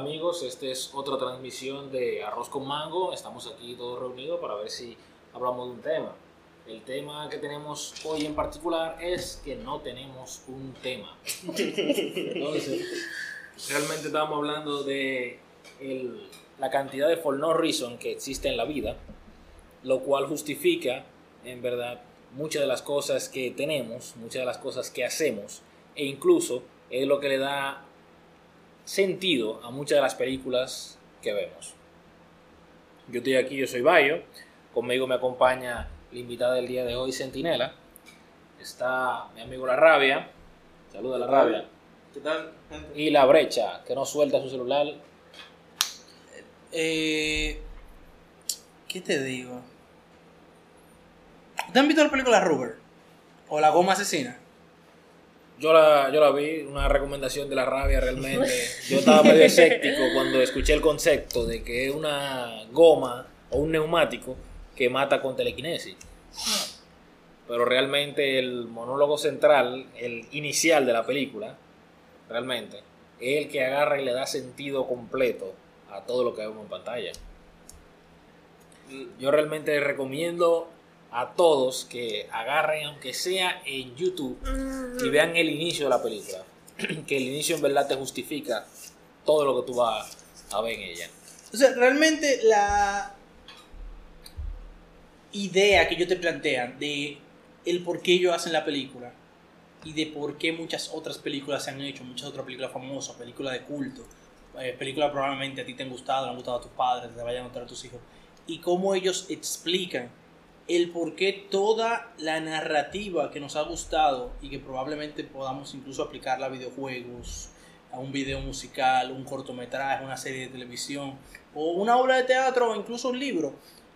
amigos? Esta es otra transmisión de Arroz con Mango. Estamos aquí todos reunidos para ver si hablamos de un tema. El tema que tenemos hoy en particular es que no tenemos un tema. Entonces, realmente estamos hablando de la cantidad de for no reason que existe en la vida, lo cual justifica, en verdad, muchas de las cosas que tenemos, muchas de las cosas que hacemos, e incluso es lo que le da sentido a muchas de las películas que vemos. Yo estoy aquí, yo soy Bayo, conmigo me acompaña la invitada del día de hoy, Centinela. Está mi amigo La Rabia, saluda La Rabia. ¿Qué tal, gente? Y La Brecha, que no suelta su celular. ¿Qué te digo? ¿Te han visto la película Rubber? ¿O La Goma Asesina? Yo la vi, una recomendación de La Rabia realmente. Yo estaba medio escéptico cuando escuché el concepto de que es una goma o un neumático que mata con telequinesis. Pero realmente el monólogo central, el inicial de la película, realmente, es el que agarra y le da sentido completo a todo lo que vemos en pantalla. Yo realmente recomiendo a todos que agarren, aunque sea en YouTube, y vean el inicio de la película. Que el inicio en verdad te justifica todo lo que tú vas a ver en ella. O sea, realmente la idea que ellos te plantean de el por qué ellos hacen la película y de por qué muchas otras películas se han hecho, muchas otras películas famosas, películas de culto, películas probablemente a ti te han gustado, le han gustado a tus padres, te vayan a gustar a tus hijos, y cómo ellos explican el por qué toda la narrativa que nos ha gustado y que probablemente podamos incluso aplicarla a videojuegos, a un video musical, un cortometraje, una serie de televisión o una obra de teatro o incluso un libro,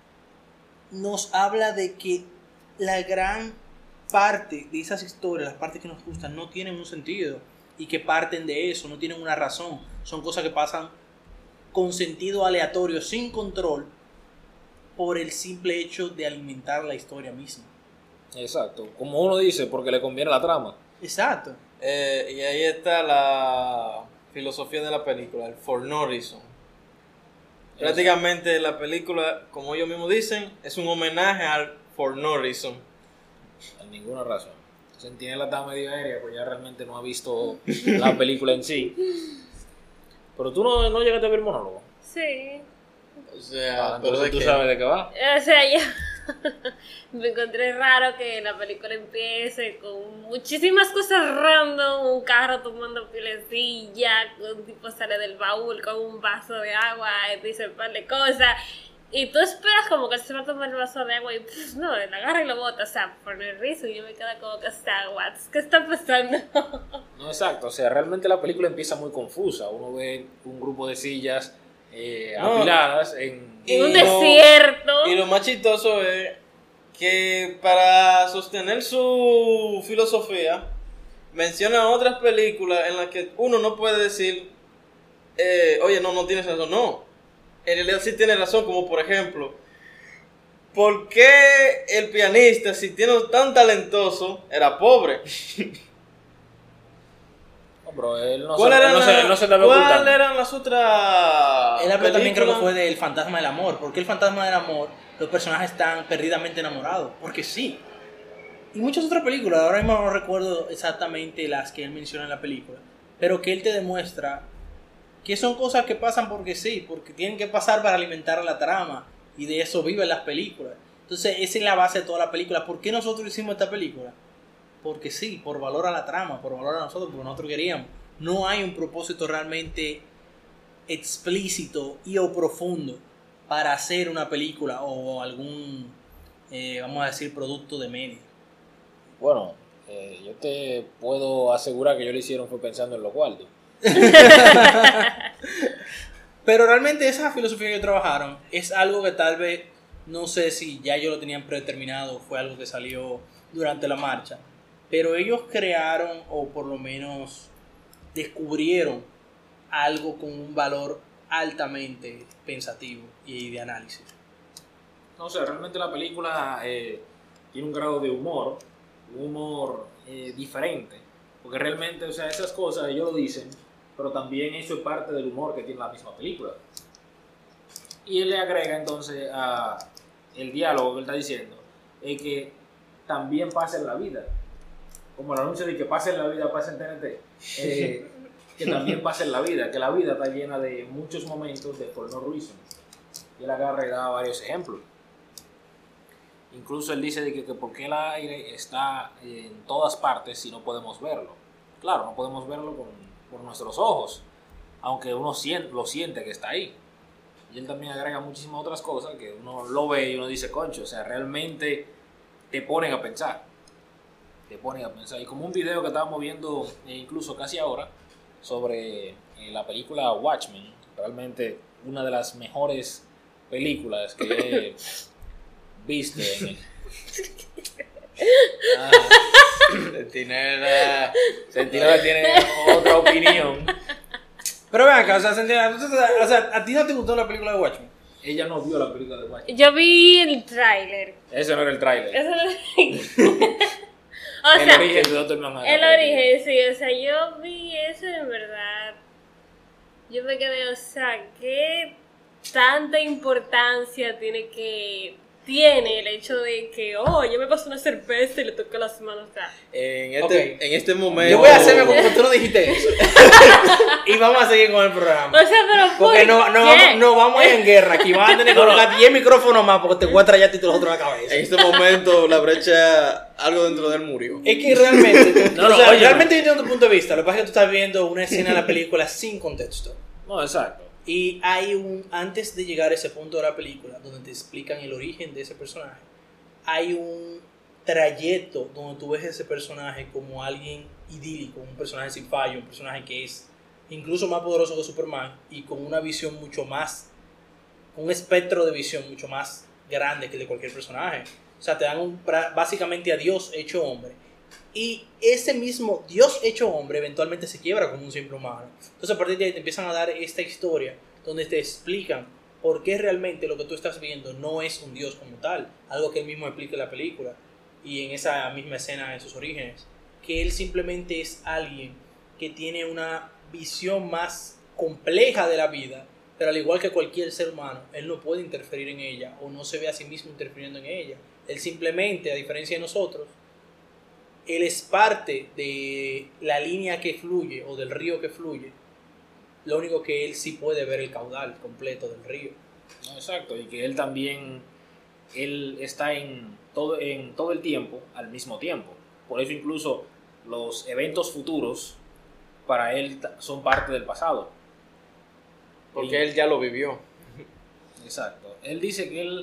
nos habla de que la gran parte de esas historias, las partes que nos gustan, no tienen un sentido y que parten de eso, no tienen una razón, son cosas que pasan con sentido aleatorio, sin control, por el simple hecho de alimentar la historia misma. Exacto, como uno dice, porque le conviene la trama. Exacto. Y ahí está la filosofía de la película, el for no reason. Prácticamente la película, como ellos mismos dicen, es un homenaje al for no reason. Por ninguna razón. Centinela está medio aérea, pues ya realmente no ha visto la película en sí. Pero tú no llegaste a ver el monólogo. Sí. O sea, pero entonces de tú que sabes de qué va. O sea, yo me encontré raro que la película empiece con muchísimas cosas random, un carro tomando pilecilla, un tipo sale del baúl con un vaso de agua y dice un par de cosas. Y tú esperas como que se va a tomar el vaso de agua y no, la agarra y lo bota, o sea, por el riso, y yo me quedo como que, o sea, ¿qué está pasando? No, exacto, o sea, realmente la película empieza muy confusa. Uno ve un grupo de sillas apiladas en un desierto. Y lo más chistoso es que para sostener su filosofía menciona otras películas en las que uno no puede decir oye, no tienes razón, no. En realidad sí tiene razón, como por ejemplo, ¿por qué el pianista, si tiene tan talentoso, era pobre? No, bro, él no ¿Cuáles ocultando. eran las otras Él habló también, creo que películas? fue del fantasma del amor. ¿Por qué el fantasma del amor? Los personajes están perdidamente enamorados. Porque sí. Y muchas otras películas, ahora mismo no recuerdo exactamente las que él menciona en la película, pero que él te demuestra que son cosas que pasan porque sí, porque tienen que pasar para alimentar a la trama, y de eso viven las películas. Entonces esa es la base de toda la película. ¿Por qué nosotros hicimos esta película? Porque sí, por valor a la trama, por valor a nosotros, porque nosotros queríamos. No hay un propósito realmente explícito y o profundo para hacer una película o algún, vamos a decir, producto de medio. Bueno, yo te puedo asegurar que yo lo hicieron fue pensando en los cuartos. Pero realmente esa filosofía que ellos trabajaron es algo que tal vez, no sé si ya ellos lo tenían predeterminado o fue algo que salió durante la marcha, pero ellos crearon o por lo menos descubrieron algo con un valor altamente pensativo y de análisis. No sé, realmente la película tiene un grado de humor, un humor diferente, porque realmente, o sea, esas cosas ellos lo dicen pero también eso es parte del humor que tiene la misma película. Y él le agrega entonces a el diálogo que él está diciendo, es que también pasa en la vida, como el anuncio de que pasa en la vida, pasa en TNT, que también pasa en la vida, que la vida está llena de muchos momentos de for no reason. Y él agarra y da varios ejemplos. Incluso él dice de que por qué el aire está en todas partes si no podemos verlo. Claro, no podemos verlo con nuestros ojos, aunque uno lo siente que está ahí. Y él también agrega muchísimas otras cosas que uno lo ve y uno dice, concho, o sea, realmente te ponen a pensar. Te ponen a pensar. Y como un video que estábamos viendo incluso casi ahora sobre la película Watchmen, realmente una de las mejores películas que he visto en el... Centinela. Centinela tiene otra opinión. Pero ven acá, o sea, ¿a ti no te gustó la película de Watchmen? Ella no vio la película de Watchmen. Yo vi el tráiler. Ese no era el tráiler. Eso o El sea, origen de Doctor Manhattan. el origen, sí, o sea, yo vi eso en verdad. Yo me quedé, o sea, ¿qué tanta importancia tiene el hecho de que, yo me pasé una cerveza y le toqué las manos? O sea, En este momento. Yo voy a hacerme como tú no dijiste eso. Y vamos a seguir con el programa. o sea, pero Porque ¿por no qué? vamos a ir en guerra. Aquí vas a tener que colocar 10 micrófonos más porque te voy a traer a ti todos los otros a la cabeza. En este momento, la brecha, algo dentro del murió. Es que realmente, No, oye, realmente yo entiendo tu punto de vista. Lo que pasa es que tú estás viendo una escena de la película sin contexto. No, exacto. Y hay antes de llegar a ese punto de la película, donde te explican el origen de ese personaje, hay un trayecto donde tú ves ese personaje como alguien idílico, un personaje sin fallo, un personaje que es incluso más poderoso que Superman y con una visión mucho más, un espectro de visión mucho más grande que el de cualquier personaje. O sea, te dan básicamente a Dios hecho hombre. Y ese mismo Dios hecho hombre eventualmente se quiebra como un simple humano. Entonces a partir de ahí te empiezan a dar esta historia donde te explican por qué realmente lo que tú estás viendo no es un Dios como tal. Algo que él mismo explica en la película y en esa misma escena en sus orígenes. Que él simplemente es alguien que tiene una visión más compleja de la vida, pero al igual que cualquier ser humano, él no puede interferir en ella o no se ve a sí mismo interfiriendo en ella. Él simplemente, a diferencia de nosotros, él es parte de la línea que fluye o del río que fluye. Lo único que él sí puede ver el caudal completo del río. No, exacto. Y que él también, él está en todo el tiempo al mismo tiempo. Por eso incluso los eventos futuros para él son parte del pasado. Porque él ya lo vivió. Exacto. Él dice que él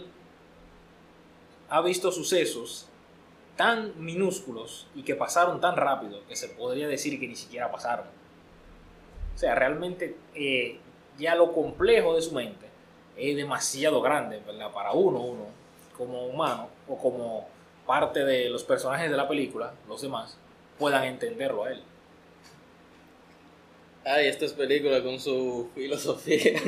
ha visto sucesos tan minúsculos y que pasaron tan rápido que se podría decir que ni siquiera pasaron. O sea, realmente ya lo complejo de su mente es demasiado grande, ¿verdad? Para uno como humano o como parte de los personajes de la película, los demás, puedan entenderlo a él. Ay, estas películas con su filosofía.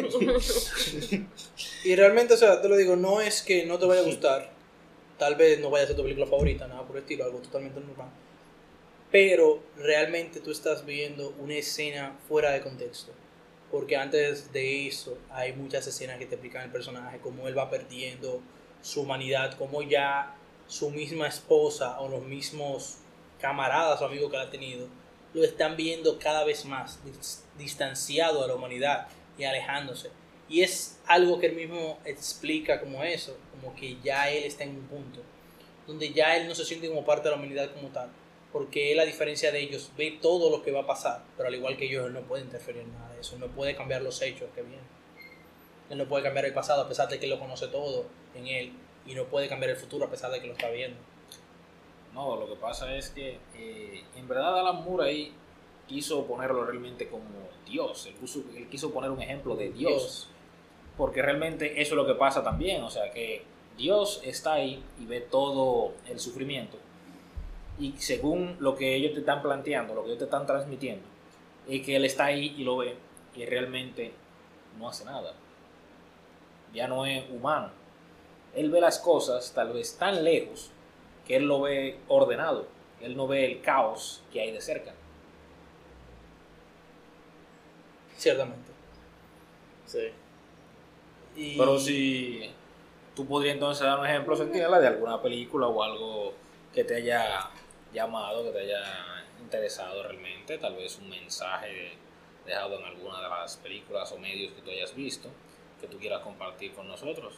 Y realmente, o sea, te lo digo, no es que no te vaya a gustar. Tal vez no vaya a ser tu película favorita, nada por el estilo, algo totalmente normal. Pero realmente tú estás viendo una escena fuera de contexto. Porque antes de eso hay muchas escenas que te explican el personaje, cómo él va perdiendo su humanidad, cómo ya su misma esposa o los mismos camaradas o amigos que él ha tenido lo están viendo cada vez más distanciado a la humanidad y alejándose. Y es algo que él mismo explica como eso, como que ya él está en un punto donde ya él no se siente como parte de la humanidad como tal, porque él, a diferencia de ellos, ve todo lo que va a pasar, pero al igual que ellos, él no puede interferir en nada de eso, él no puede cambiar los hechos que vienen, él no puede cambiar el pasado a pesar de que él lo conoce todo en él, y no puede cambiar el futuro a pesar de que lo está viendo. No, lo que pasa es que en verdad Alan Moore ahí quiso ponerlo realmente como Dios, él quiso poner un ejemplo de Dios. Porque realmente eso es lo que pasa también, o sea que Dios está ahí y ve todo el sufrimiento y según lo que ellos te están planteando, lo que ellos te están transmitiendo, es que Él está ahí y lo ve y realmente no hace nada, ya no es humano. Él ve las cosas tal vez tan lejos que Él lo ve ordenado, Él no ve el caos que hay de cerca. Ciertamente. Sí. Y- Pero si tú podrías entonces dar un ejemplo, Centinela, de alguna película o algo que te haya llamado, que te haya interesado realmente, tal vez un mensaje dejado en alguna de las películas o medios que tú hayas visto, que tú quieras compartir con nosotros.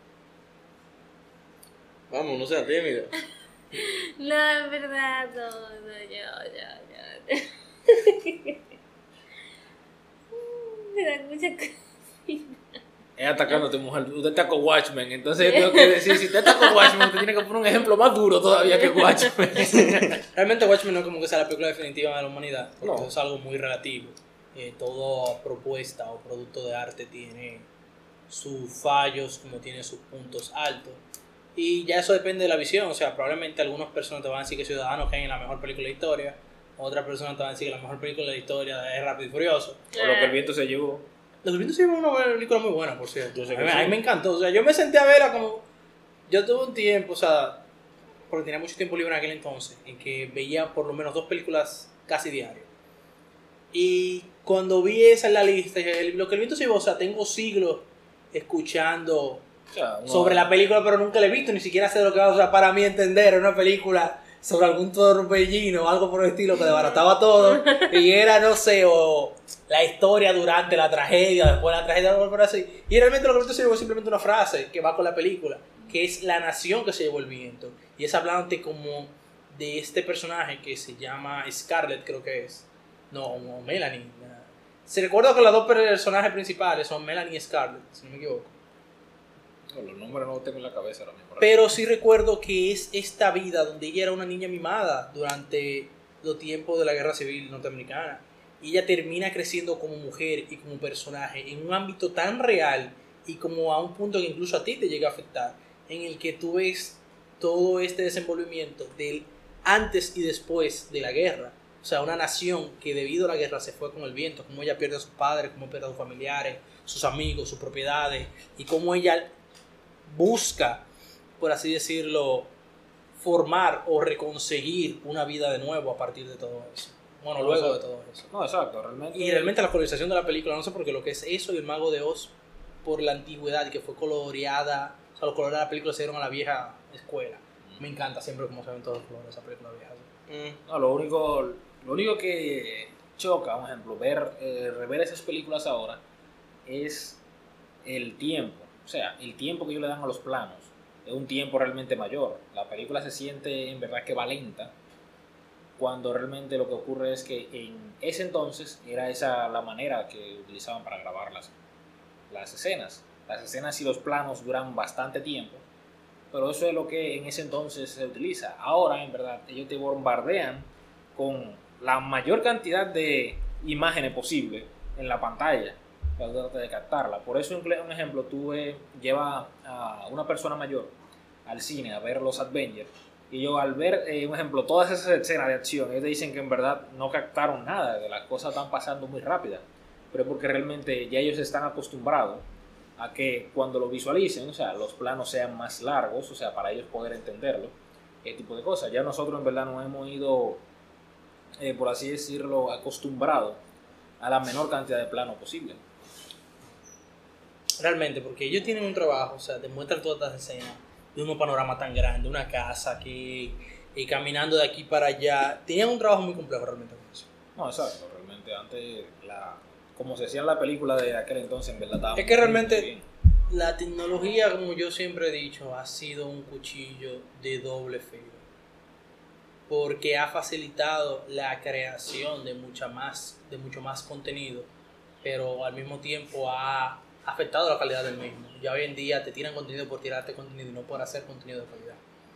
Vamos, no seas tímida. No, es verdad, no, yo. Me dan mucha cosa. Es atacándote, mujer. Usted está con Watchmen, entonces yo tengo que decir, si usted está con Watchmen, usted tiene que poner un ejemplo más duro todavía que Watchmen. Realmente Watchmen no es como que sea la película definitiva de la humanidad, porque No. eso es algo muy relativo. Toda propuesta o producto de arte tiene sus fallos, como tiene sus puntos altos. Y ya eso depende de la visión, o sea, probablemente algunas personas te van a decir que Ciudadano Kane es la mejor película de la historia, otras personas te van a decir que la mejor película de la historia es Rápido y Furioso. O lo que el viento se llevó. Los Vientos se llevan una película muy buena, por cierto. Yo sé A que mí, sí. a mí me encantó, o sea, yo me senté a verla como... Yo tuve un tiempo, o sea, porque tenía mucho tiempo libre en aquel entonces, en que veía por lo menos 2 películas casi diario. Y cuando vi esa en la lista, lo que el viento se llevó, o sea, tengo siglos escuchando O sea, sobre la película, pero nunca la he visto, ni siquiera sé de lo que va. O sea, para mí entender una película sobre algún torbellino o algo por el estilo que desbarataba todo, y era, no sé, o la historia durante la tragedia, después de la tragedia, algo por así. Y realmente lo que el viento se llevó es simplemente una frase que va con la película, que es la nación que se llevó el viento. Y es hablándote como de este personaje que se llama Scarlett, creo que es. No, o Melanie. Se recuerda que los 2 personajes principales son Melanie y Scarlett, si no me equivoco. No, los nombres no los tengo en la cabeza ahora mismo. Pero sí recuerdo que es esta vida donde ella era una niña mimada durante los tiempos de la Guerra Civil Norteamericana. Y ella termina creciendo como mujer y como personaje en un ámbito tan real y como a un punto que incluso a ti te llega a afectar, en el que tú ves todo este desenvolvimiento del antes y después de la guerra. O sea, una nación que debido a la guerra se fue con el viento, cómo ella pierde a sus padres, cómo pierde a sus familiares, sus amigos, sus propiedades, y cómo ella busca, por así decirlo, formar o reconseguir una vida de nuevo a partir de todo eso. Bueno, No, luego de exacto. todo eso. No, exacto, realmente. Y realmente la colorización de la película, no sé por qué, lo que es eso y el Mago de Oz, por la antigüedad y que fue coloreada, o sea, los colores de la película se dieron a la vieja escuela. Me encanta siempre cómo se ven todos los colores de esa película vieja. No, lo único que choca, por ejemplo, rever esas películas ahora es el tiempo. O sea, el tiempo que ellos le dan a los planos es un tiempo realmente mayor. La película se siente en verdad que va lenta, cuando realmente lo que ocurre es que en ese entonces era esa la manera que utilizaban para grabar las escenas. Las escenas y los planos duran bastante tiempo, pero eso es lo que en ese entonces se utiliza. Ahora, en verdad, ellos te bombardean con la mayor cantidad de imágenes posible en la pantalla para tratar de captarla. Por eso, un ejemplo, tú llevas a una persona mayor al cine a ver los Avengers, y yo al ver, un ejemplo, todas esas escenas de acción, ellos te dicen que en verdad no captaron nada, que las cosas están pasando muy rápidas, pero es porque realmente ya ellos están acostumbrados a que cuando lo visualicen, o sea, los planos sean más largos, o sea, para ellos poder entenderlo, ese tipo de cosas. Ya nosotros en verdad nos hemos ido, por así decirlo, acostumbrados a la menor cantidad de plano posible. Realmente, porque ellos tienen un trabajo, o sea, te muestran todas estas escenas de un panorama tan grande, una casa que y caminando de aquí para allá. Tenían un trabajo muy complejo realmente con eso. No, exacto, realmente antes, como se hacía en la película de aquel entonces, en verdad estaba Es que muy realmente bien. la tecnología, como yo siempre he dicho, ha sido un cuchillo de doble filo. Porque ha facilitado la creación de mucho más contenido, pero al mismo tiempo ha afectado la calidad del mismo. Ya hoy en día te tiran contenido por tirarte contenido y no por hacer contenido de calidad.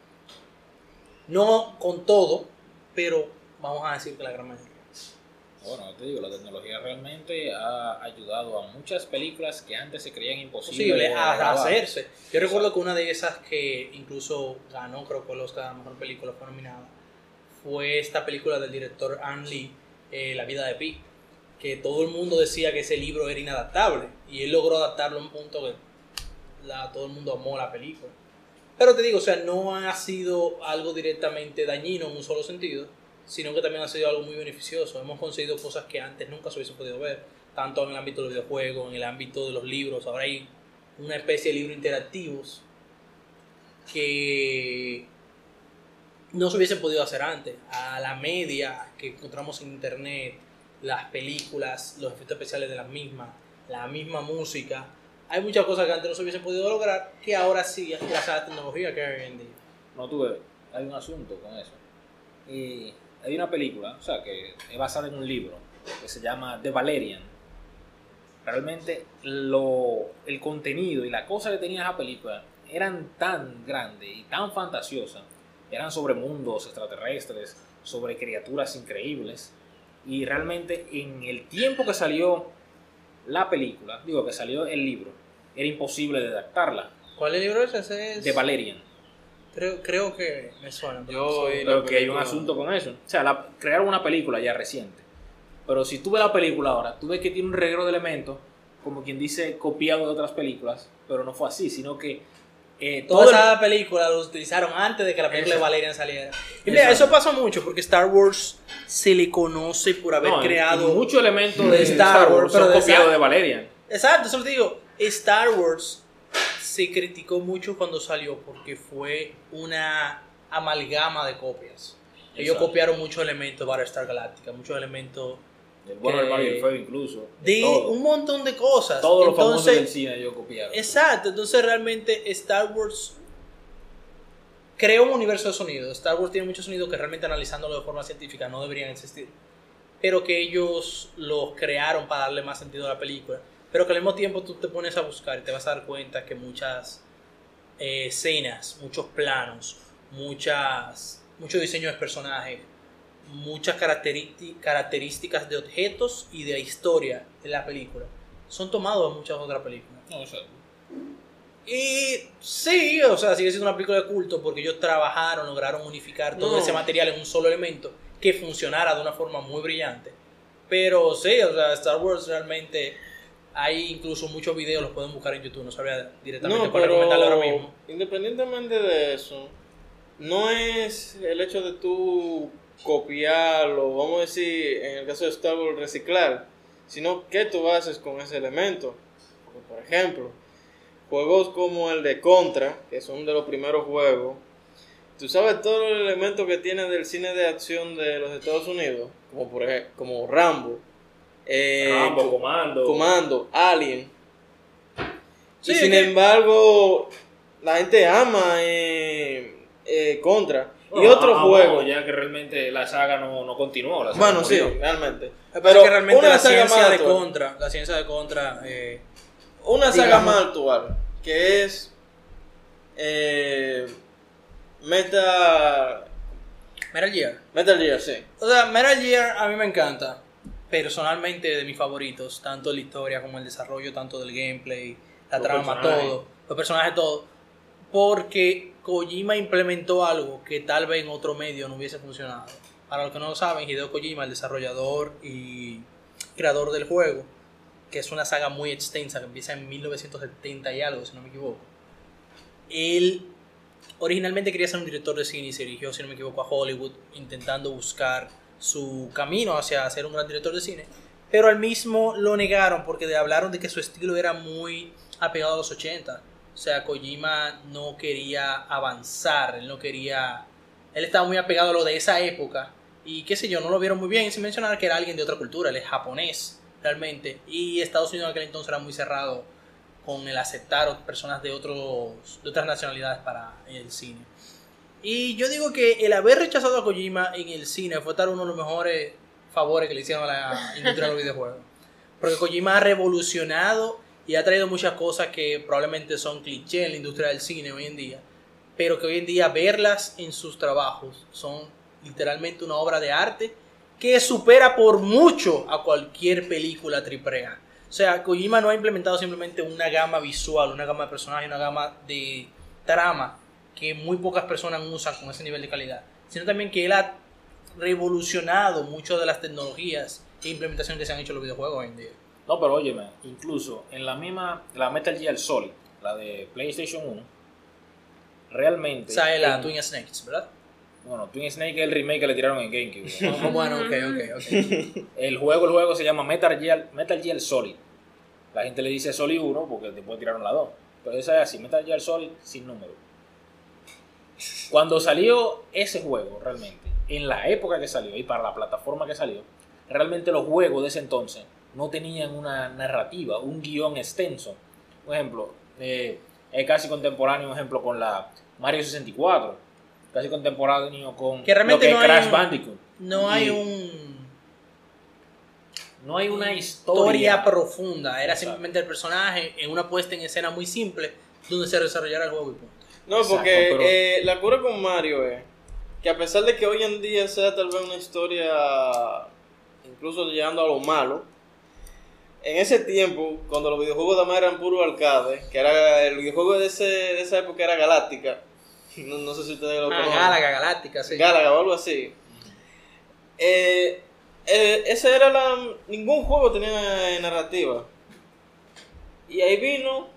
No con todo, pero vamos a decir que la gran mayoría. Bueno, te digo, la tecnología realmente ha ayudado a muchas películas que antes se creían imposibles Posible de a grabar. hacerse. Yo recuerdo que una de esas que incluso ganó, creo que el Oscar a la mejor película, fue nominada, fue esta película del director Ang Lee, La vida de Pi, que todo el mundo decía que ese libro era inadaptable y él logró adaptarlo a un punto que todo el mundo amó la película. Pero te digo, o sea, no ha sido algo directamente dañino en un solo sentido, sino que también ha sido algo muy beneficioso. Hemos conseguido cosas que antes nunca se hubiese podido ver. tanto en el ámbito de los videojuegos, en el ámbito de los libros. Ahora hay una especie de libros interactivos que no se hubiesen podido hacer antes. A la media que encontramos en internet, las películas, los efectos especiales de las mismas, la misma música, hay muchas cosas que antes no se hubiesen podido lograr que ahora sí, gracias a la tecnología que hay hoy en día. No tuve, hay un asunto con eso. Y hay una película, o sea, que es basada en un libro que se llama The Valerian. Realmente el contenido y la cosa que tenía esa película eran tan grandes y tan fantasiosas. Eran sobre mundos extraterrestres, sobre criaturas increíbles. Y realmente en el tiempo que salió la película, digo que salió el libro, era imposible de adaptarla. ¿Cuál es el libro ese? Ese es... The Valerian. Creo que me suena. Pero que hay un asunto con eso. O sea, crearon una película ya reciente. Pero si tú ves la película ahora, tú ves que tiene un reguero de elementos, como quien dice, copiado de otras películas. Pero no fue así, sino que toda esa película lo utilizaron antes de que la película de Valerian saliera. Y mira, eso pasa mucho porque Star Wars se le conoce por haber creado muchos elementos de Star Wars son copiados de Valerian. Exacto, eso les digo. Star Wars se criticó mucho cuando salió porque fue una amalgama de copias. Ellos copiaron muchos elementos de Battlestar Galactica, muchos elementos del bueno, el malo y el feo incluso. De un montón de cosas. Todos los famosos del cine ellos copiaron. Exacto, entonces realmente Star Wars creó un universo de sonido. Star Wars tiene muchos sonidos que realmente analizándolo de forma científica no deberían existir. Pero que ellos los crearon para darle más sentido a la película. Pero que al mismo tiempo tú te pones a buscar y te vas a dar cuenta que muchas escenas, muchos planos, mucho diseño de personajes, muchas características de objetos y de historia de la película son tomados de muchas otras películas. No, o sea, y sí, o sea, sigue siendo una película de culto porque ellos lograron unificar todo ese material en un solo elemento que funcionara de una forma muy brillante. Pero sí, o sea, Star Wars realmente hay incluso muchos videos, los pueden buscar en YouTube, no sabría directamente cuál recomendarle ahora mismo. Independientemente de eso, no es el hecho de tú copiarlo, vamos a decir, en el caso de Star Wars, reciclar, sino que tú haces con ese elemento. Porque, por ejemplo, juegos como el de Contra, que son de los primeros juegos, tú sabes todos los elementos que tiene del cine de acción de los Estados Unidos, como por ejemplo, como Rambo, Comando, Alien. Sí, y sin embargo, la gente ama Contra. Y otro juego. Ya que realmente la saga no continuó. Bueno, sí, realmente. Pero que realmente la ciencia de Contra. Una saga más actual, que es Metal Gear, sí. O sea, Metal Gear a mí me encanta. Personalmente de mis favoritos, tanto la historia como el desarrollo, tanto del gameplay, la trama, todo, los personajes, todo. Porque Kojima implementó algo que tal vez en otro medio no hubiese funcionado. Para los que no lo saben, Hideo Kojima, el desarrollador y creador del juego, que es una saga muy extensa que empieza en 1970 y algo, si no me equivoco. Él originalmente quería ser un director de cine y se dirigió, si no me equivoco, a Hollywood, intentando buscar su camino hacia ser un gran director de cine, pero al mismo lo negaron porque hablaron de que su estilo era muy apegado a los 80. O sea, Kojima no quería avanzar, él estaba muy apegado a lo de esa época y qué sé yo, no lo vieron muy bien, sin mencionar que era alguien de otra cultura, él es japonés realmente, y Estados Unidos en aquel entonces era muy cerrado con el aceptar personas de otras nacionalidades para el cine. Y yo digo que el haber rechazado a Kojima en el cine fue tal uno de los mejores favores que le hicieron a la industria de los videojuegos. Porque Kojima ha revolucionado y ha traído muchas cosas que probablemente son clichés en la industria del cine hoy en día, pero que hoy en día verlas en sus trabajos son literalmente una obra de arte que supera por mucho a cualquier película AAA. O sea, Kojima no ha implementado simplemente una gama visual, una gama de personajes, una gama de trama que muy pocas personas usan con ese nivel de calidad, sino también que él ha revolucionado muchas de las tecnologías e implementaciones que se han hecho en los videojuegos hoy en día. No, pero óyeme, incluso en la Metal Gear Solid, la de PlayStation 1, realmente... O sea, la Twin Snakes, ¿verdad? Bueno, Twin Snake es el remake que le tiraron en GameCube. ¿no? Bueno, ok. El juego se llama Metal Gear Solid. La gente le dice Solid 1 porque después tiraron la 2. Pero esa es así, Metal Gear Solid sin número. Cuando salió ese juego, realmente, en la época que salió y para la plataforma que salió, realmente los juegos de ese entonces no tenían una narrativa, un guión extenso. Por ejemplo, es casi contemporáneo, por ejemplo, con la Mario 64. Casi contemporáneo con que realmente lo que es Crash Bandicoot. No hay una historia profunda. Era Exacto. simplemente el personaje en una puesta en escena muy simple donde se desarrollara el juego y punto. No, porque la cura con Mario es que a pesar de que hoy en día sea tal vez una historia incluso llegando a lo malo, en ese tiempo, cuando los videojuegos de además eran puro arcade, que era el videojuego de esa época era Galáctica, no sé si ustedes lo conocen. Gálaga, Galáctica, sí. Gálaga o algo así. Esa era ningún juego tenía narrativa. Y ahí vino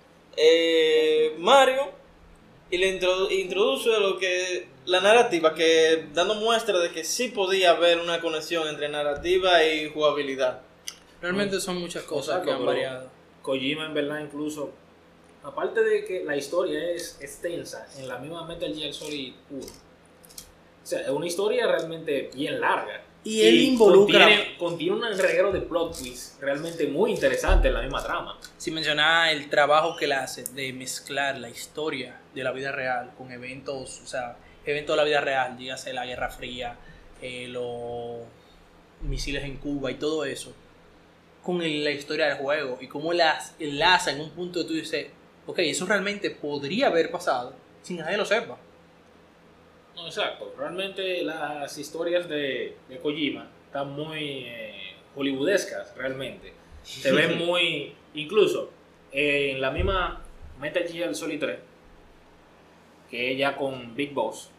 Mario y le introduce la narrativa, que dando muestra de que sí podía haber una conexión entre narrativa y jugabilidad. Realmente son muchas cosas Exacto, que han pero variado. Kojima en verdad incluso, aparte de que la historia es extensa en la misma Metal Gear Solid 1, o sea, es una historia realmente bien larga. Y él involucra... Contiene un reguero de plot twists realmente muy interesante en la misma trama. Sin mencionar el trabajo que él hace de mezclar la historia de la vida real con eventos, o sea, eventos de la vida real, dígase la Guerra Fría, los misiles en Cuba y todo eso, con la historia del juego y cómo las enlaza en un punto que tú dices, ok, eso realmente podría haber pasado sin que nadie lo sepa. No, exacto, realmente las historias de Kojima están muy hollywoodescas realmente. Se ven muy, incluso en la misma Metal Gear Solid 3, que es ya con Big Boss,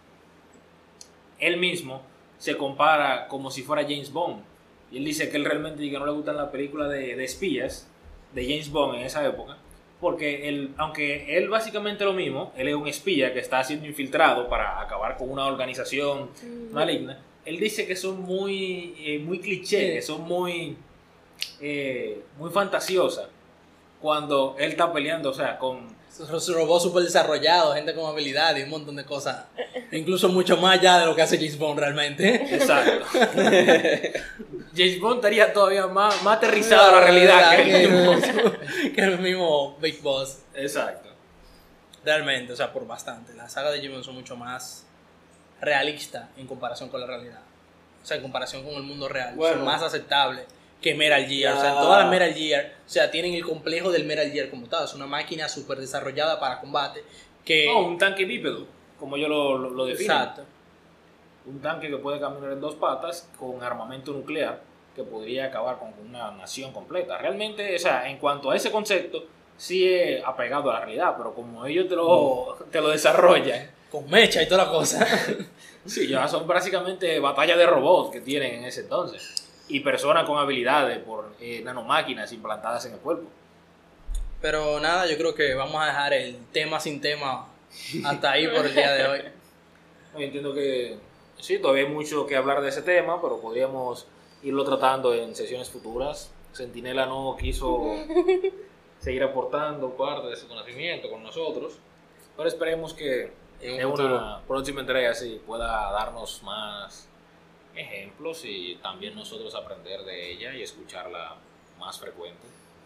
él mismo se compara como si fuera James Bond. Y él dice que él realmente que no le gustan las películas de espías de James Bond en esa época, porque aunque él básicamente lo mismo, él es un espía que está siendo infiltrado para acabar con una organización maligna, él dice que son muy cliché, que son muy fantasiosas cuando él está peleando, o sea, con... Su robot súper desarrollado, gente con habilidad y un montón de cosas. Incluso mucho más allá de lo que hace James Bond realmente. Exacto. James Bond estaría todavía más aterrizado a la realidad que el mismo Big Boss. Exacto. Realmente, o sea, por bastante. Las sagas de James Bond son mucho más realistas en comparación con la realidad. O sea, en comparación con el mundo real. Bueno. Son más aceptables que Metal Gear. O sea, todas las Metal Gear, o sea, tienen el complejo del Metal Gear como tal. Es una máquina súper desarrollada para combate. Que... No, un tanque bípedo, como yo lo defino. Exacto. Un tanque que puede caminar en dos patas con armamento nuclear que podría acabar con una nación completa. Realmente, o sea, en cuanto a ese concepto, sí es apegado a la realidad, pero como ellos te lo desarrollan. Con mecha y toda la cosa. Sí, ya son básicamente batallas de robots que tienen en ese entonces. Y personas con habilidades por nanomáquinas implantadas en el cuerpo. Pero nada, yo creo que vamos a dejar el tema sin tema hasta ahí por el día de hoy. Yo entiendo que sí, todavía hay mucho que hablar de ese tema, pero podríamos irlo tratando en sesiones futuras. Centinela no quiso seguir aportando parte de ese conocimiento con nosotros, pero esperemos que en una próxima entrega sí pueda darnos más ejemplos y también nosotros aprender de ella y escucharla más frecuente.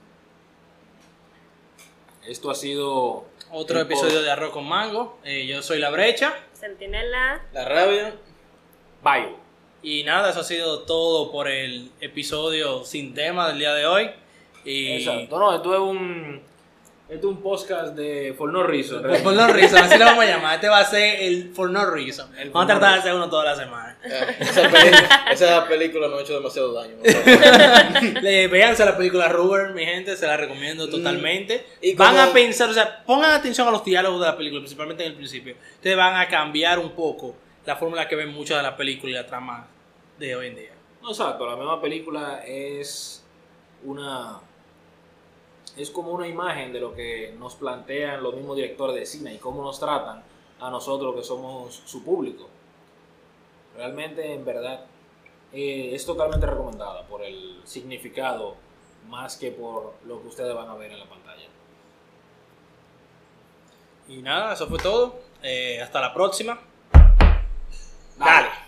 Esto ha sido otro episodio de Arroz con Mango. Yo soy La Brecha. Centinela. La rabia. Bye. Y nada, eso ha sido todo por el episodio sin tema del día de hoy. Y... Exacto, no, esto es un podcast de For No Reason. For No Reason, así lo vamos a llamar. Este va a ser el For No Reason. Vamos a tratar de hacer uno toda la semana. Esa película no ha hecho demasiado daño. Véanse la película Rubber, mi gente, se la recomiendo totalmente. Y van como... a pensar, o sea, pongan atención a los diálogos de la película, principalmente en el principio. Ustedes van a cambiar un poco la fórmula que ven muchas de las películas y la trama de hoy en día. No, exacto, la misma película es como una imagen de lo que nos plantean los mismos directores de cine y cómo nos tratan a nosotros que somos su público. Realmente, en verdad, es totalmente recomendada por el significado más que por lo que ustedes van a ver en la pantalla. Y nada, eso fue todo. Hasta la próxima. Dale.